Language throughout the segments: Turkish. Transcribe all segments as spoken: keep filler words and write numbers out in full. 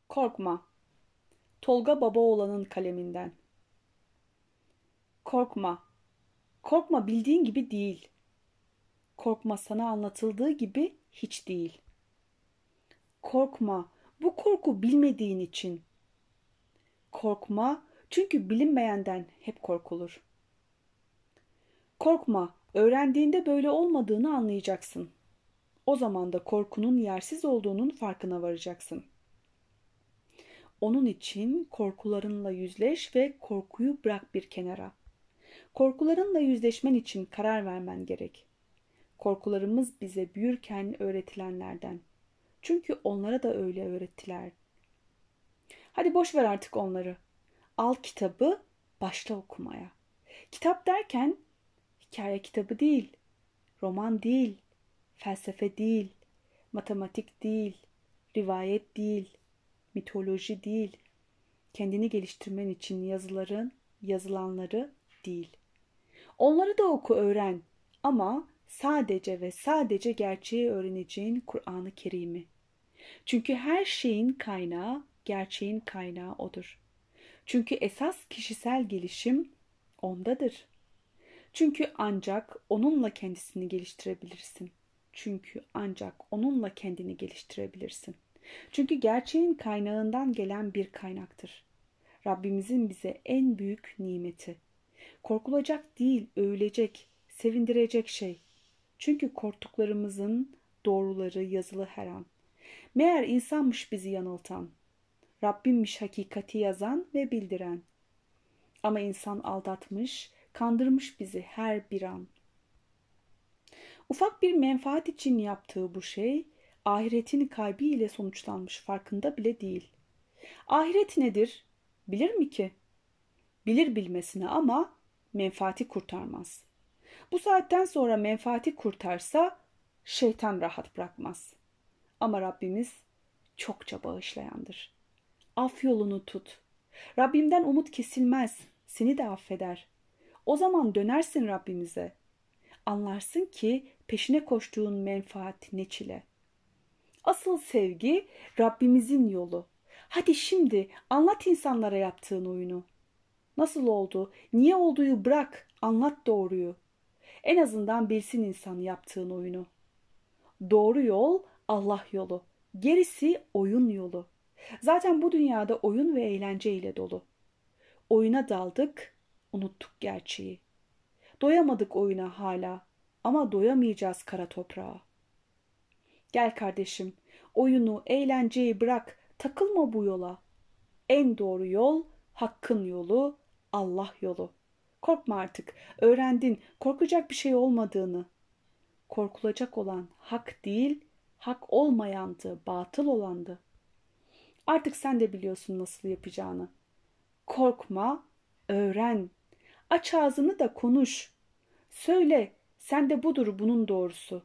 Korkma. Tolga Babaoğlan'ın kaleminden. Korkma. Korkma bildiğin gibi değil. Korkma sana anlatıldığı gibi hiç değil. Korkma. Bu korku bilmediğin için. Korkma çünkü bilinmeyenden hep korkulur. Korkma. Öğrendiğinde böyle olmadığını anlayacaksın. O zaman da korkunun yersiz olduğunun farkına varacaksın. Onun için korkularınla yüzleş ve korkuyu bırak bir kenara. Korkularınla yüzleşmen için karar vermen gerek. Korkularımız bize büyürken öğretilenlerden. Çünkü onlara da öyle öğrettiler. Hadi boş ver artık onları. Al kitabı, başla okumaya. Kitap derken hikaye kitabı değil, roman değil, felsefe değil, matematik değil, rivayet değil, mitoloji değil, kendini geliştirmen için yazıların, yazılanları değil. Onları da oku, öğren ama sadece ve sadece gerçeği öğreneceğin Kur'an-ı Kerim'i. Çünkü her şeyin kaynağı, gerçeğin kaynağı odur. Çünkü esas kişisel gelişim ondadır. Çünkü ancak onunla kendisini geliştirebilirsin. Çünkü ancak onunla kendini geliştirebilirsin. Çünkü gerçeğin kaynağından gelen bir kaynaktır. Rabbimizin bize en büyük nimeti. Korkulacak değil, övülecek, sevindirecek şey. Çünkü korktuklarımızın doğruları yazılı her an. Meğer insanmış bizi yanıltan. Rabbimmiş hakikati yazan ve bildiren. Ama insan aldatmış, kandırmış bizi her bir an. Ufak bir menfaat için yaptığı bu şey, ahiretin kaybıyla sonuçlanmış, farkında bile değil. Ahiret nedir? Bilir mi ki? Bilir bilmesine ama menfaati kurtarmaz. Bu saatten sonra menfaati kurtarsa şeytan rahat bırakmaz. Ama Rabbimiz çokça bağışlayandır. Af yolunu tut. Rabbimden umut kesilmez. Seni de affeder. O zaman dönersin Rabbimize. Anlarsın ki peşine koştuğun menfaat ne çile. Asıl sevgi Rabbimizin yolu. Hadi şimdi anlat insanlara yaptığın oyunu. Nasıl oldu, niye olduğu bırak, anlat doğruyu. En azından bilsin insan yaptığın oyunu. Doğru yol Allah yolu. Gerisi oyun yolu. Zaten bu dünyada oyun ve eğlence ile dolu. Oyuna daldık, unuttuk gerçeği. Doyamadık oyuna hala ama doyamayacağız kara toprağa. Gel kardeşim, oyunu, eğlenceyi bırak, takılma bu yola. En doğru yol, Hakk'ın yolu, Allah yolu. Korkma artık, öğrendin korkacak bir şey olmadığını. Korkulacak olan hak değil, hak olmayandı, batıl olandı. Artık sen de biliyorsun nasıl yapacağını. Korkma, öğren. Aç ağzını da konuş. Söyle, sen de budur bunun doğrusu.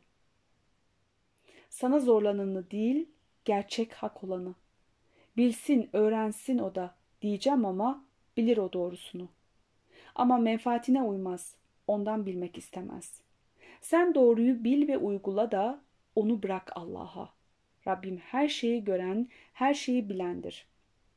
Sana zorlananı değil, gerçek hak olanı. Bilsin, öğrensin o da diyeceğim ama bilir o doğrusunu. Ama menfaatine uymaz, ondan bilmek istemez. Sen doğruyu bil ve uygula da onu bırak Allah'a. Rabbim her şeyi gören, her şeyi bilendir.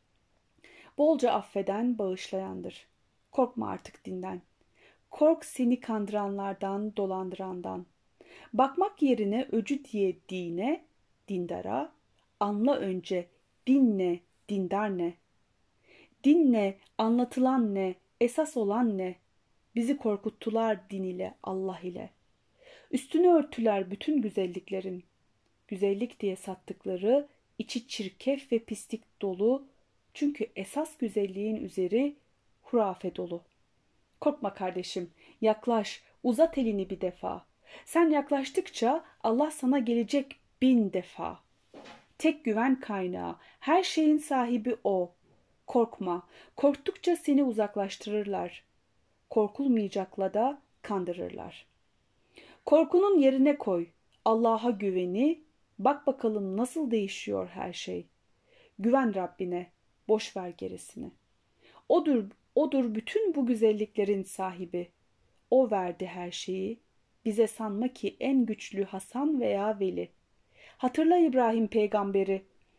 Bolca affeden, bağışlayandır. Korkma artık dinden. Kork seni kandıranlardan, dolandırandan. Bakmak yerine öcü diye dine, dindara, anla önce din ne, dindar ne? Din ne, anlatılan ne, esas olan ne? Bizi korkuttular din ile, Allah ile. Üstünü örtüler bütün güzelliklerin. Güzellik diye sattıkları içi çirkef ve pislik dolu. Çünkü esas güzelliğin üzeri hurafe dolu. Korkma kardeşim, yaklaş, uzat elini bir defa. Sen yaklaştıkça Allah sana gelecek bin defa. Tek güven kaynağı, her şeyin sahibi O. Korkma, korktukça seni uzaklaştırırlar. Korkulmayacakla da kandırırlar. Korkunun yerine koy, Allah'a güveni, bak bakalım nasıl değişiyor her şey. Güven Rabbine, boş ver gerisini. Odur, odur bütün bu güzelliklerin sahibi. O verdi her şeyi. Bize sanma ki en güçlü Hasan veya Veli. Hatırla İbrahim peygamberi.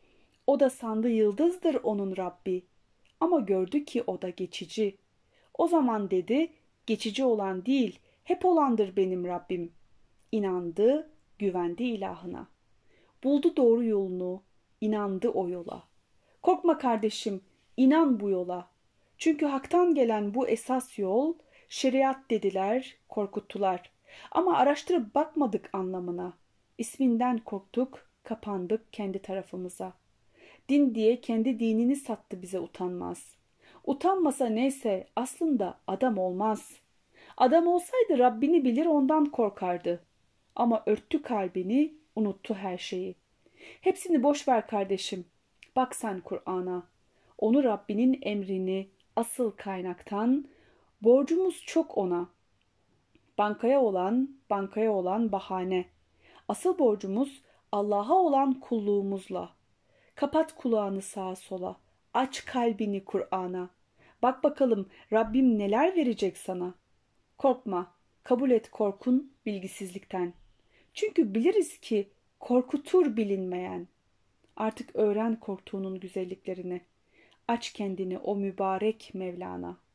O da sandı yıldızdır onun Rabbi. Ama gördü ki o da geçici. O zaman dedi, geçici olan değil, hep olandır benim Rabbim. İnandı, güvendi ilahına. Buldu doğru yolunu, inandı o yola. Korkma kardeşim, inan bu yola. Çünkü haktan gelen bu esas yol, şeriat dediler, korkuttular. Ama araştırıp bakmadık anlamına. İsminden korktuk, kapandık kendi tarafımıza. Din diye kendi dinini sattı bize utanmaz. Utanmasa neyse aslında adam olmaz. Adam olsaydı Rabbini bilir ondan korkardı. Ama örttü kalbini, unuttu her şeyi. Hepsini boş ver kardeşim. Bak sen Kur'an'a. Onu Rabbinin emrini asıl kaynaktan, borcumuz çok ona. Bankaya olan, bankaya olan bahane. Asıl borcumuz Allah'a olan kulluğumuzla. Kapat kulağını sağa sola. Aç kalbini Kur'an'a. Bak bakalım Rabbim neler verecek sana. Korkma, kabul et korkun bilgisizlikten. Çünkü biliriz ki korkutur bilinmeyen. Artık öğren korktuğunun güzelliklerini. Aç kendini o mübarek Mevlana.